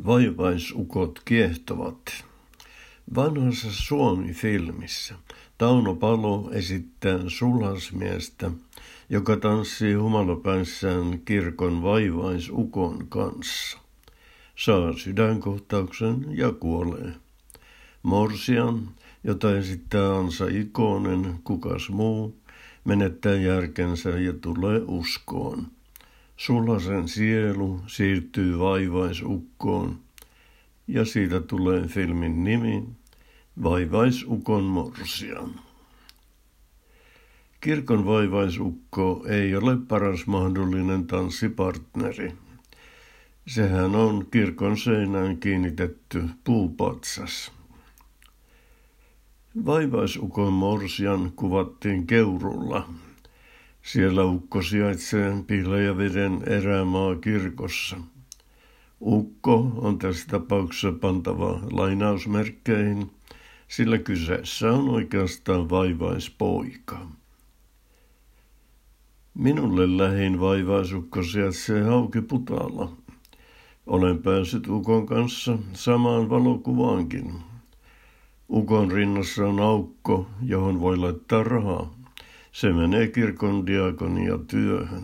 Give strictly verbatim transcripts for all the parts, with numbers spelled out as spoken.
Vaivaisukot kiehtovat. Vanhassa Suomi-filmissä Tauno Palo esittää sulhasmiestä, joka tanssii humalapäissään kirkon vaivaisukon kanssa. Saa sydänkohtauksen ja kuolee. Morsian, jota esittää Ansa Ikonen, kukas muu, menettää järkensä ja tulee uskoon. Sulhasen sielu siirtyy vaivaisukkoon ja siitä tulee filmin nimi Vaivaisukon morsian. Kirkon vaivaisukko ei ole paras mahdollinen tanssipartneri. Sehän on kirkon seinään kiinnitetty puupatsas. Vaivaisukon morsian kuvattiin Keurulla. Siellä ukko sijaitsee Pihlajaveden erämaakirkossa. Ukko on tässä tapauksessa pantava lainausmerkkeihin, sillä kyseessä on oikeastaan vaivaispoika. Minulle lähin vaivaisukko sijaitsee Haukiputaalla. Olen päässyt ukon kanssa samaan valokuvaankin. Ukon rinnassa on aukko, johon voi laittaa rahaa. Se menee kirkon diakoniatyöhön.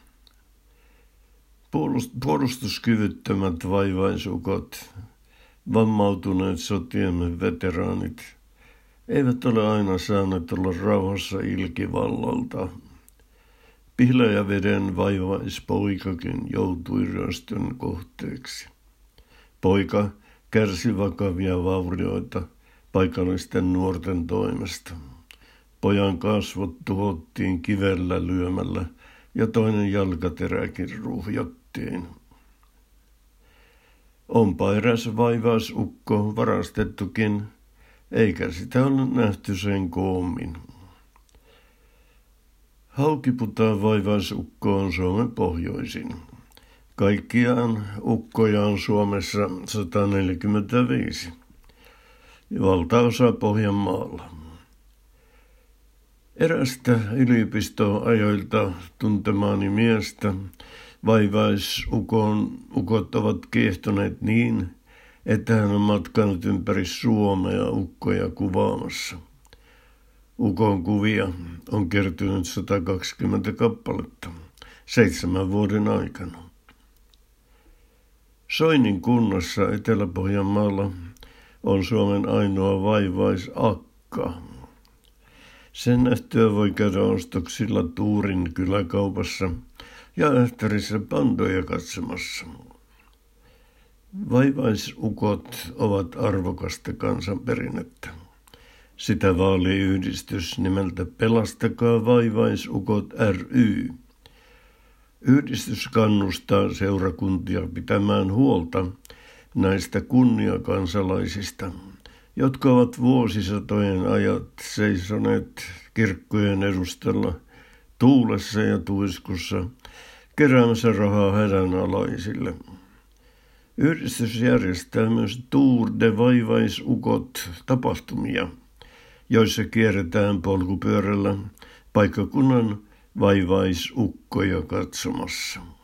Puolustuskyvyttömät vaivaisukot, vammautuneet sotiemme veteraanit, eivät ole aina saaneet olla rauhassa ilkivallalta. Pihlajaveden vaivaispoikakin joutui ryöstön kohteeksi. Poika kärsi vakavia vaurioita paikallisten nuorten toimesta. Pojan kasvot tuhottiin kivellä lyömällä ja toinen jalkateräkin ruhjottiin. Onpa eräs vaivaisukko varastettukin, eikä sitä ole nähty sen koommin. Haukiputaan vaivaisukko on Suomen pohjoisin. Kaikkiaan ukkoja on Suomessa sata neljäkymmentäviisi. Valtaosa Pohjanmaalla. Erästä yliopistoajoilta tuntemaani miestä vaivaisukon ukot ovat kiehtoneet niin, että hän on matkanut ympäri Suomea ukkoja kuvaamassa. Ukon kuvia on kertynyt sata kaksikymmentä kappaletta seitsemän vuoden aikana. Soinin kunnassa Etelä-Pohjanmaalla on Suomen ainoa vaivaisakka. Sen nähtyä voi käydä ostoksilla Tuurin kyläkaupassa ja Ähtärissä pandoja katsomassa. Vaivaisukot ovat arvokasta kansanperinnettä. Sitä vaalii yhdistys nimeltä Pelastakaa vaivaisukot ry. Yhdistys kannustaa seurakuntia pitämään huolta näistä kunniakansalaisista, jotka ovat vuosisatojen ajat seisoneet kirkkojen edustalla tuulessa ja tuiskussa keräämässä rahaa hädänalaisille. Yhdistys järjestää myös Tour de Vaivaisukot -tapahtumia, joissa kierretään polkupyörällä paikkakunnan vaivaisukkoja katsomassa.